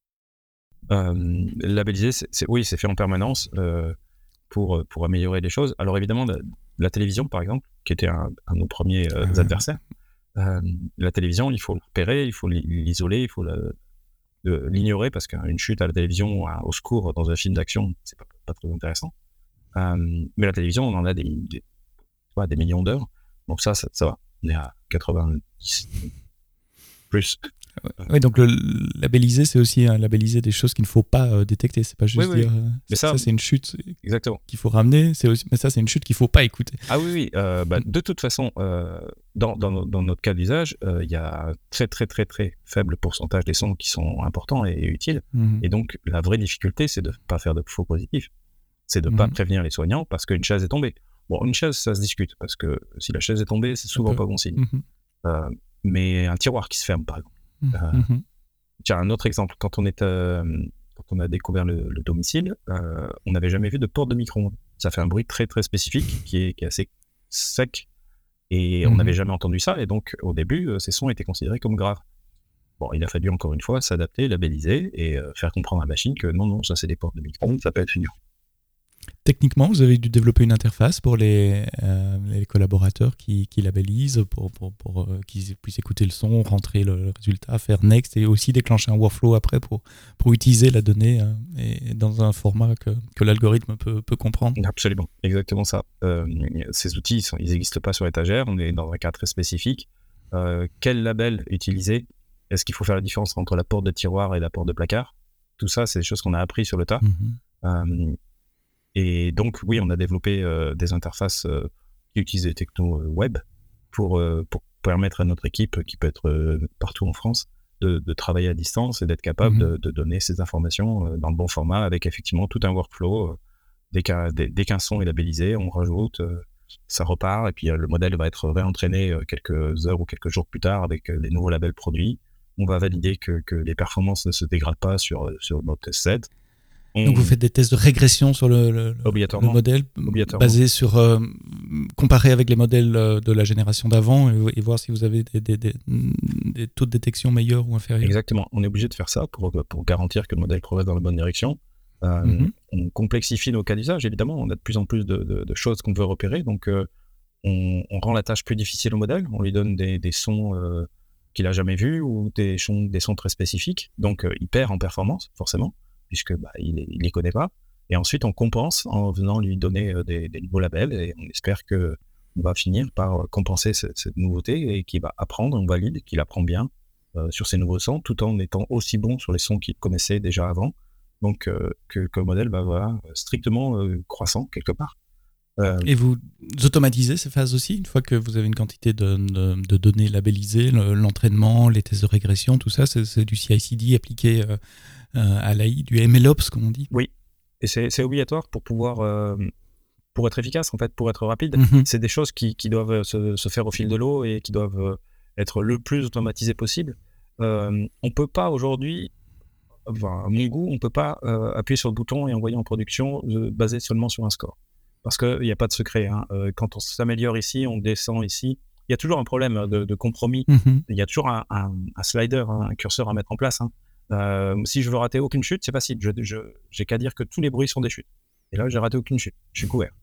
Labelliser, oui, c'est fait en permanence pour améliorer les choses. Alors évidemment, la télévision, par exemple, qui était un de nos premiers adversaires, la télévision, il faut le repérer, il faut l'isoler, il faut l'ignorer parce qu'une chute à la télévision au secours dans un film d'action, c'est pas très intéressant. Mais la télévision, on en a des millions d'heures. Donc ça va. On est à 90 plus. Oui, donc le labelliser, c'est aussi labelliser des choses qu'il ne faut pas détecter. C'est pas juste Oui. dire Mais ça c'est une chute qu'il faut ramener. Mais ça, c'est une chute qu'il ne faut pas écouter. Ah oui. De toute façon, dans notre cas d'usage, il y a un très, très, très, très faible pourcentage des sons qui sont importants et utiles. Et donc, la vraie difficulté, c'est de ne pas faire de faux positifs. C'est de ne pas prévenir les soignants parce qu'une chaise est tombée. Bon, une chaise, ça se discute parce que si la chaise est tombée, c'est souvent pas bon signe. Mais un tiroir qui se ferme, par exemple. Tiens, un autre exemple, quand on a découvert le domicile, on n'avait jamais vu de porte de micro-ondes. Ça fait un bruit très très spécifique qui est assez sec et on n'avait jamais entendu ça et donc au début ces sons étaient considérés comme graves. Bon, il a fallu encore une fois s'adapter, labelliser et faire comprendre à la machine que non, ça c'est des portes de micro-ondes, ça peut être une. Techniquement, vous avez dû développer une interface pour les collaborateurs qui labellisent, pour qu'ils puissent écouter le son, rentrer le résultat, faire next et aussi déclencher un workflow après pour utiliser la donnée et dans un format que l'algorithme peut comprendre. Absolument, exactement ça. Ces outils, ils n'existent pas sur étagère, on est dans un cas très spécifique. Quel label utiliser? Est-ce qu'il faut faire la différence entre la porte de tiroir et la porte de placard? Tout ça, c'est des choses qu'on a appris sur le tas. Et donc, oui, on a développé des interfaces qui utilisent des technos web pour permettre à notre équipe, qui peut être partout en France, de travailler à distance et d'être capable de donner ces informations dans le bon format avec effectivement tout un workflow. Dès qu'un son est labellisé, on rajoute, ça repart et puis le modèle va être réentraîné quelques heures ou quelques jours plus tard avec les nouveaux labels produits. On va valider que les performances ne se dégradent pas sur notre test set. Donc vous faites des tests de régression sur le modèle basés sur comparer avec les modèles de la génération d'avant et voir si vous avez des taux de détection meilleurs ou inférieurs. Exactement, on est obligé de faire ça pour garantir que le modèle progresse dans la bonne direction. On complexifie nos cas d'usage, évidemment, on a de plus en plus de choses qu'on veut repérer, donc on rend la tâche plus difficile au modèle, on lui donne des sons qu'il n'a jamais vus ou des sons très spécifiques, donc il perd en performance, forcément, puisque il les connaît pas. Et ensuite, on compense en venant lui donner des nouveaux labels et on espère que on va finir par compenser cette nouveauté et qu'il va apprendre, on valide qu'il apprend bien sur ces nouveaux sons, tout en étant aussi bon sur les sons qu'il connaissait déjà avant. Donc, que le modèle va strictement croissant quelque part. Et vous automatisez ces phases aussi, une fois que vous avez une quantité de données labellisées, l'entraînement, les tests de régression, tout ça, c'est du CI/CD appliqué à l'AI, du MLOps, comme on dit. Oui, et c'est obligatoire pour pouvoir, pour être efficace, en fait, pour être rapide. C'est des choses qui doivent se faire au fil de l'eau et qui doivent être le plus automatisées possible. On peut pas aujourd'hui, enfin, à mon goût, on peut pas appuyer sur le bouton et envoyer en production basé seulement sur un score. Parce qu'il n'y a pas de secret. Quand on s'améliore ici, on descend ici. Il y a toujours un problème de compromis. Il y a toujours un slider, un curseur à mettre en place. Si je veux rater aucune chute, c'est facile. J'ai qu'à dire que tous les bruits sont des chutes. Et là, j'ai raté aucune chute. Je suis couvert.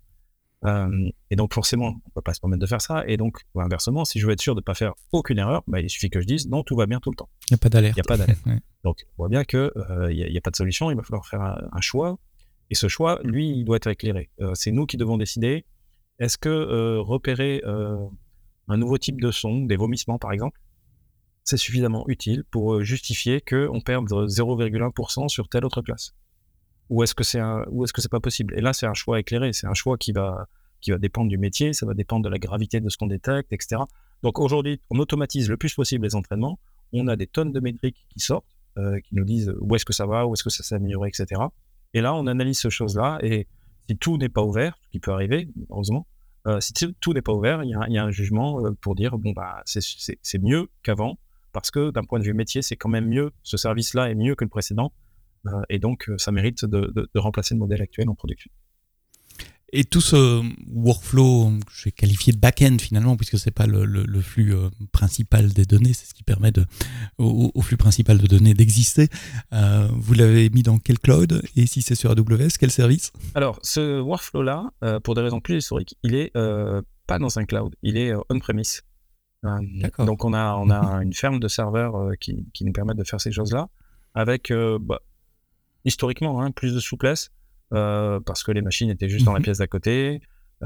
Et donc, forcément, on ne peut pas se permettre de faire ça. Et donc, inversement, si je veux être sûr de ne pas faire aucune erreur, il suffit que je dise non, tout va bien tout le temps. Il n'y a pas d'alerte. Ouais. Donc, on voit bien qu'il n'y a pas de solution. Il va falloir faire un choix. Et ce choix, lui, il doit être éclairé. C'est nous qui devons décider. Est-ce que repérer un nouveau type de son, des vomissements par exemple, c'est suffisamment utile pour justifier qu'on perde 0,1% sur telle autre classe. Ou est-ce que c'est pas possible? Et là, c'est un choix éclairé, c'est un choix qui va dépendre du métier, ça va dépendre de la gravité de ce qu'on détecte, etc. Donc aujourd'hui, on automatise le plus possible les entraînements, on a des tonnes de métriques qui sortent, qui nous disent où est-ce que ça va, où est-ce que ça s'est amélioré, etc. Et là, on analyse ces choses-là, et si tout n'est pas ouvert, ce qui peut arriver, heureusement, si tout n'est pas ouvert, il y a un jugement pour dire, c'est mieux qu'avant, parce que d'un point de vue métier, c'est quand même mieux, ce service-là est mieux que le précédent, et donc ça mérite de remplacer le modèle actuel en production. Et tout ce workflow, je vais qualifier de back-end finalement, puisque c'est pas le flux principal des données, c'est ce qui permet au flux principal de données d'exister. Vous l'avez mis dans quel cloud? Et si c'est sur AWS, quel service? Alors, ce workflow-là, pour des raisons plus historiques, il est pas dans un cloud, il est on-premise. Donc on a une ferme de serveurs qui nous permettent de faire ces choses-là, avec historiquement plus de souplesse, parce que les machines étaient juste dans la pièce d'à côté,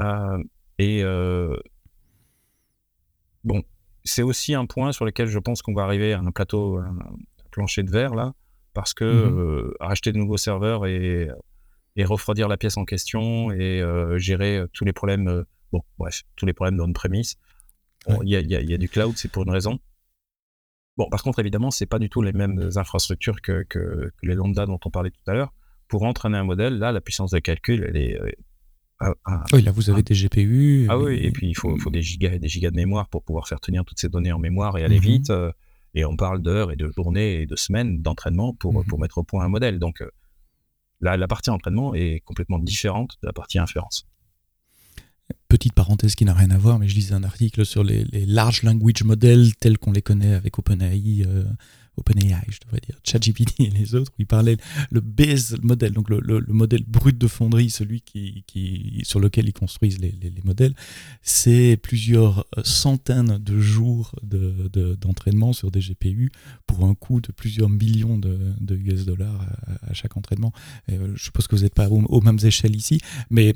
c'est aussi un point sur lequel je pense qu'on va arriver à un plateau, un plancher de verre là, parce que racheter de nouveaux serveurs et refroidir la pièce en question et gérer tous les problèmes, tous les problèmes d'on-premise. Il y a du cloud, c'est pour une raison. Bon, par contre, évidemment, c'est pas du tout les mêmes infrastructures que les lambda dont on parlait tout à l'heure. Pour entraîner un modèle, là, la puissance de calcul, elle est... oui, là, vous avez des GPU. Ah oui, et puis il faut des gigas et des gigas de mémoire pour pouvoir faire tenir toutes ces données en mémoire et aller vite. Et on parle d'heures et de journées et de semaines d'entraînement pour mettre au point un modèle. Donc, la partie entraînement est complètement différente de la partie inférence. Petite parenthèse qui n'a rien à voir, mais je lisais un article sur les large language models tels qu'on les connaît avec OpenAI, je devrais dire, ChatGPT et les autres, où il parlait le base modèle, donc le modèle brut de fonderie, celui sur lequel ils construisent les modèles, c'est plusieurs centaines de jours d'entraînement sur des GPU pour un coût de plusieurs millions de US dollars à chaque entraînement. Je suppose que vous n'êtes pas aux mêmes échelles ici, mais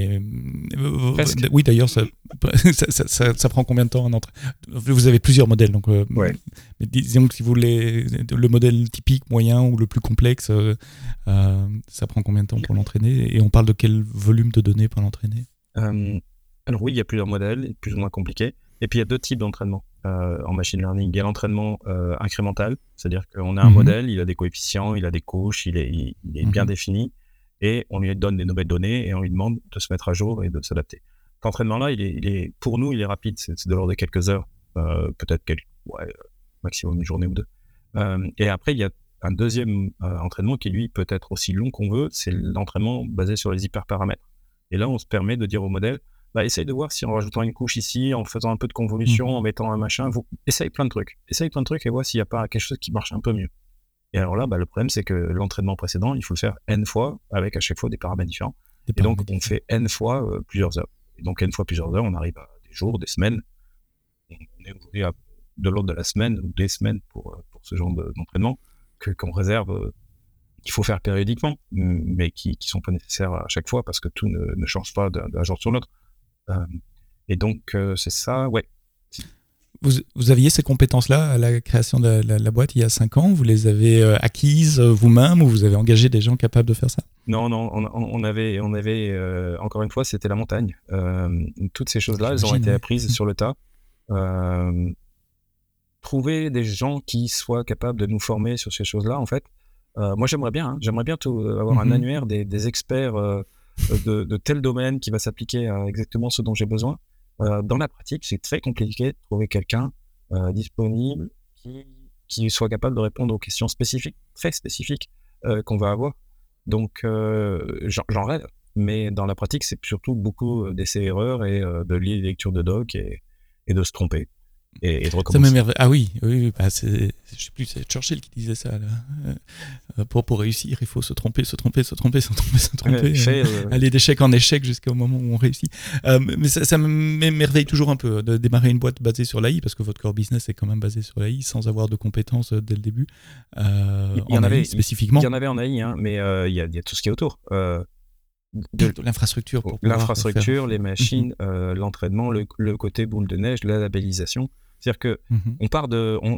oui, d'ailleurs, ça prend combien de temps un entraînement? Vous avez plusieurs modèles, donc mais disons que si vous voulez le modèle typique, moyen ou le plus complexe, ça prend combien de temps pour l'entraîner? Et on parle de quel volume de données pour l'entraîner? Alors oui, il y a plusieurs modèles, plus ou moins compliqués. Et puis il y a deux types d'entraînement en machine learning. Il y a l'entraînement incrémental, c'est-à-dire qu'on a un modèle, il a des coefficients, il a des couches, il est bien défini, et on lui donne des nouvelles données et on lui demande de se mettre à jour et de s'adapter. Cet entraînement-là, pour nous, il est rapide, c'est de l'ordre de quelques heures, peut-être maximum une journée ou deux. Et après, il y a un deuxième entraînement qui, lui, peut être aussi long qu'on veut, c'est l'entraînement basé sur les hyperparamètres. Et là, on se permet de dire au modèle, essaye de voir si en rajoutant une couche ici, en faisant un peu de convolution, en mettant un machin, essaye plein de trucs et vois s'il n'y a pas quelque chose qui marche un peu mieux. Et alors là, le problème, c'est que l'entraînement précédent, il faut le faire N fois, avec à chaque fois des paramètres différents. Et donc, on fait N fois plusieurs heures. Et donc, N fois plusieurs heures, on arrive à des jours, des semaines. On est aujourd'hui à de l'ordre de la semaine ou des semaines pour ce genre d'entraînement qu'on réserve, qu'il faut faire périodiquement, mais qui sont pas nécessaires à chaque fois parce que tout ne change pas d'un jour sur l'autre. Et donc, c'est ça, ouais. Vous aviez ces compétences-là à la création de la boîte il y a 5 ans? Vous les avez acquises vous-même ou vous avez engagé des gens capables de faire ça? Non, on avait encore une fois, c'était la montagne. Toutes ces choses-là, elles ont été apprises sur le tas. Trouver des gens qui soient capables de nous former sur ces choses-là, en fait. Moi, j'aimerais bien avoir un annuaire des experts de tel domaine qui va s'appliquer à exactement ce dont j'ai besoin. Dans la pratique, c'est très compliqué de trouver quelqu'un disponible qui soit capable de répondre aux questions spécifiques, très spécifiques qu'on va avoir. Donc, j'en rêve, mais dans la pratique, c'est surtout beaucoup d'essais-erreurs et de lecture de doc et de se tromper. Et de recommencer. Ça m'émerveille. Ah oui, je sais plus, c'est Churchill qui disait ça. Là. Pour réussir, il faut se tromper. Aller d'échec en échec jusqu'au moment où on réussit. Mais ça m'émerveille toujours un peu de démarrer une boîte basée sur l'AI, parce que votre core business est quand même basé sur l'AI, sans avoir de compétences dès le début. Il y en avait spécifiquement. Il y en avait en AI, mais il y a tout ce qui est autour. De l'infrastructure. L'infrastructure, les machines, l'entraînement, le côté boule de neige, la labellisation. C'est-à-dire que on part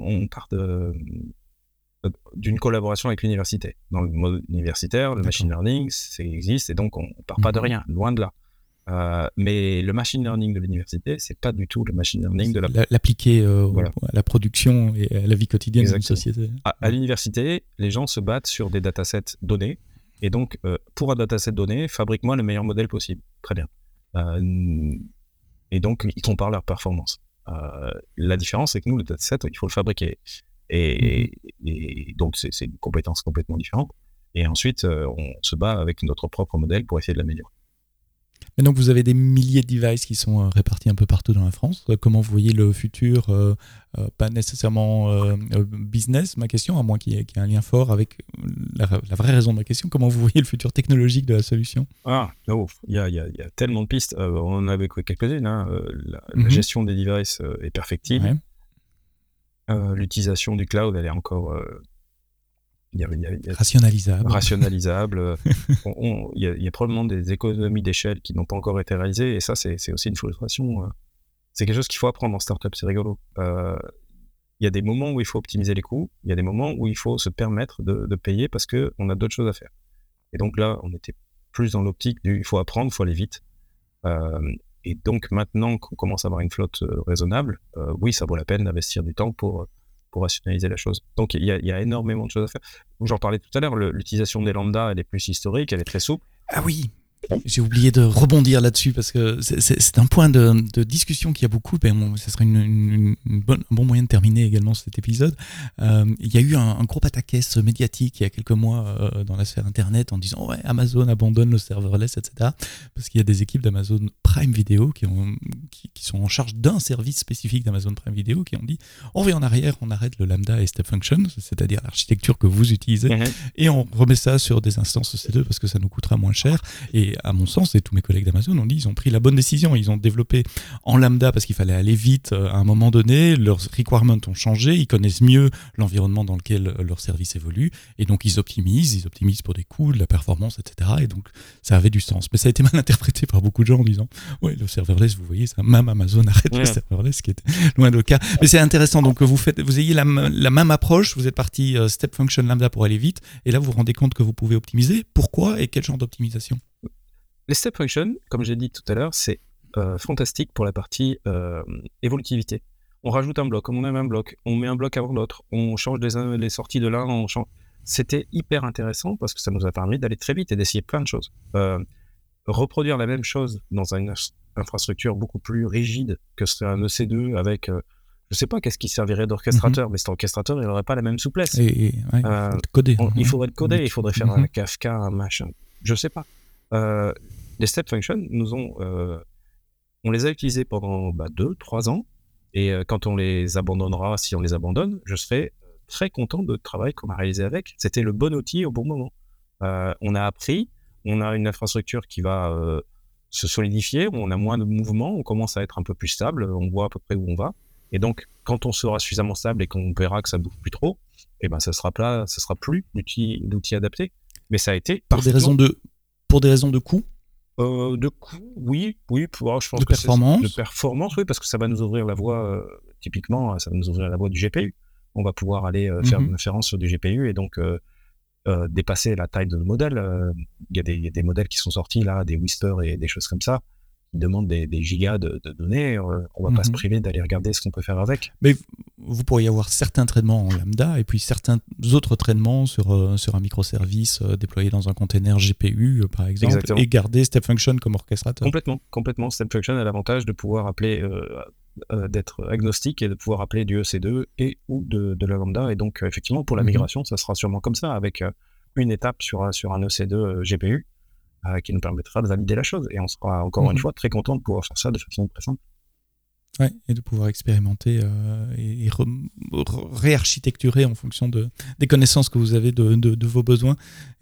d'une collaboration avec l'université. Dans le mode universitaire, le machine learning, ça existe, et donc on part pas de rien, loin de là. Mais le machine learning de l'université, c'est pas du tout le machine learning de l'appliquer à la production et à la vie quotidienne d'une société. À l'université, les gens se battent sur des datasets donnés, et donc pour un dataset donné, fabrique-moi le meilleur modèle possible. Très bien. Et donc ils comparent leur performance. La différence, c'est que nous, le dataset, il faut le fabriquer, et donc c'est une compétence complètement différente. Et ensuite, on se bat avec notre propre modèle pour essayer de l'améliorer. Et donc, vous avez des milliers de devices qui sont répartis un peu partout dans la France. Comment vous voyez le futur, pas nécessairement business, ma question, à moins qu'il y ait un lien fort avec la vraie raison de ma question. Comment vous voyez le futur technologique de la solution ? Il y a tellement de pistes. On en avait quelques-unes. La gestion des devices est perfectible. Ouais. L'utilisation du cloud, elle est encore... rationalisable. Il y a probablement des économies d'échelle qui n'ont pas encore été réalisées, et ça, c'est aussi une frustration. C'est quelque chose qu'il faut apprendre en startup, c'est rigolo. Il y a des moments où il faut optimiser les coûts, il y a des moments où il faut se permettre de payer parce qu'on a d'autres choses à faire. Et donc là, on était plus dans l'optique il faut apprendre, il faut aller vite. Et donc maintenant qu'on commence à avoir une flotte raisonnable, oui, ça vaut la peine d'investir du temps pour rationaliser la chose. Donc il y a énormément de choses à faire. J'en parlais tout à l'heure, l'utilisation des lambda, elle est plus historique, elle est très souple. Ah oui, j'ai oublié de rebondir là-dessus parce que c'est un point de discussion qu'il y a beaucoup. Ça serait un bon moyen de terminer également cet épisode. Il y a eu un gros pataquès médiatique il y a quelques mois dans la sphère internet en disant ouais, Amazon abandonne le serverless, etc. Parce qu'il y a des équipes d'Amazon Prime Video qui sont en charge d'un service spécifique d'Amazon Prime Video qui ont dit on revient en arrière, on arrête le lambda et step function, c'est-à-dire l'architecture que vous utilisez, et on remet ça sur des instances EC2 parce que ça nous coûtera moins cher. Et à mon sens, et tous mes collègues d'Amazon ont dit ils ont pris la bonne décision. Ils ont développé en lambda parce qu'il fallait aller vite à un moment donné. Leurs requirements ont changé. Ils connaissent mieux l'environnement dans lequel leur service évolue. Et donc, ils optimisent pour des coûts, de la performance, etc. Et donc, ça avait du sens. Mais ça a été mal interprété par beaucoup de gens en disant ouais, le serverless, vous voyez, ça, même Amazon arrête le serverless, ce qui était loin de le cas. Mais c'est intéressant. Donc, vous ayez la même approche. Vous êtes parti step function lambda pour aller vite. Et là, vous vous rendez compte que vous pouvez optimiser. Pourquoi et quel genre d'optimisation ? Les step functions, comme j'ai dit tout à l'heure, c'est fantastique pour la partie évolutivité. On rajoute un bloc, on enlève un bloc, on met un bloc avant l'autre, on change les sorties de l'un, C'était hyper intéressant parce que ça nous a permis d'aller très vite et d'essayer plein de choses. Reproduire la même chose dans une infrastructure beaucoup plus rigide que serait un EC2 avec... je sais pas qu'est-ce qui servirait d'orchestrateur, mais cet orchestrateur, il n'aurait pas la même souplesse. Coder. Il faudrait le coder, il faudrait faire un Kafka, un machin. Je sais pas. Les step functions, on les a utilisés pendant 2-3 ans, et quand on les abandonnera, si on les abandonne, je serai très content de travail qu'on a réalisé avec. C'était le bon outil au bon moment. On a appris, on a une infrastructure qui va se solidifier, on a moins de mouvements, on commence à être un peu plus stable, on voit à peu près où on va. Et donc, quand on sera suffisamment stable et qu'on verra que ça bouge plus trop, ça sera plus l'outil adapté. Mais ça a été pour des raisons de coût. De coût, oui, je pense de performance. De performance, oui, parce que ça va nous ouvrir la voie. Typiquement, ça va nous ouvrir la voie du GPU. On va pouvoir aller faire une référence sur du GPU et donc dépasser la taille de nos modèles. Il y a des modèles qui sont sortis là, des Whisper et des choses comme ça, qui demandent des gigas de données. On va pas se priver d'aller regarder ce qu'on peut faire avec. Mais vous pourriez avoir certains traitements en lambda et puis certains autres traitements sur un microservice déployé dans un container GPU, par exemple. Exactement. Et garder Step Function comme orchestrateur. Complètement. Step Function a l'avantage de pouvoir appeler, d'être agnostique et de pouvoir appeler du EC2 et ou de la lambda. Et donc, effectivement, pour la migration, ça sera sûrement comme ça, avec une étape sur un EC2 GPU qui nous permettra de valider la chose. Et on sera encore une fois très content de pouvoir faire ça de façon très simple. Ouais, et de pouvoir expérimenter et réarchitecturer en fonction des connaissances que vous avez de vos besoins,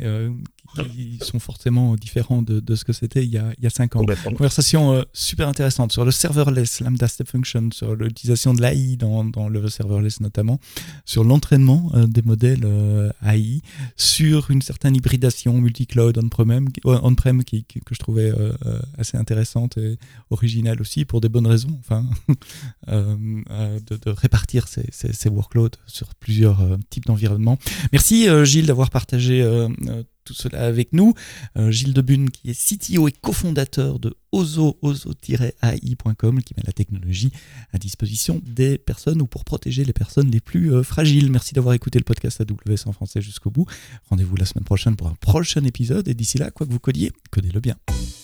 qui sont forcément différents de ce que c'était il y a 5 ans. Conversation super intéressante sur le serverless, lambda step function, sur l'utilisation de l'AI dans le serverless notamment, sur l'entraînement des modèles AI, sur une certaine hybridation multi-cloud on-prem que je trouvais assez intéressante et originale aussi pour des bonnes raisons, enfin, de répartir ces workloads sur plusieurs types d'environnements. Merci Gilles d'avoir partagé tout cela avec nous. Gilles Debune, qui est CTO et cofondateur de ozo-ai.com, qui met la technologie à disposition des personnes ou pour protéger les personnes les plus fragiles. Merci d'avoir écouté le podcast AWS en français jusqu'au bout. Rendez-vous la semaine prochaine pour un prochain épisode et d'ici là, quoi que vous codiez, codez-le bien.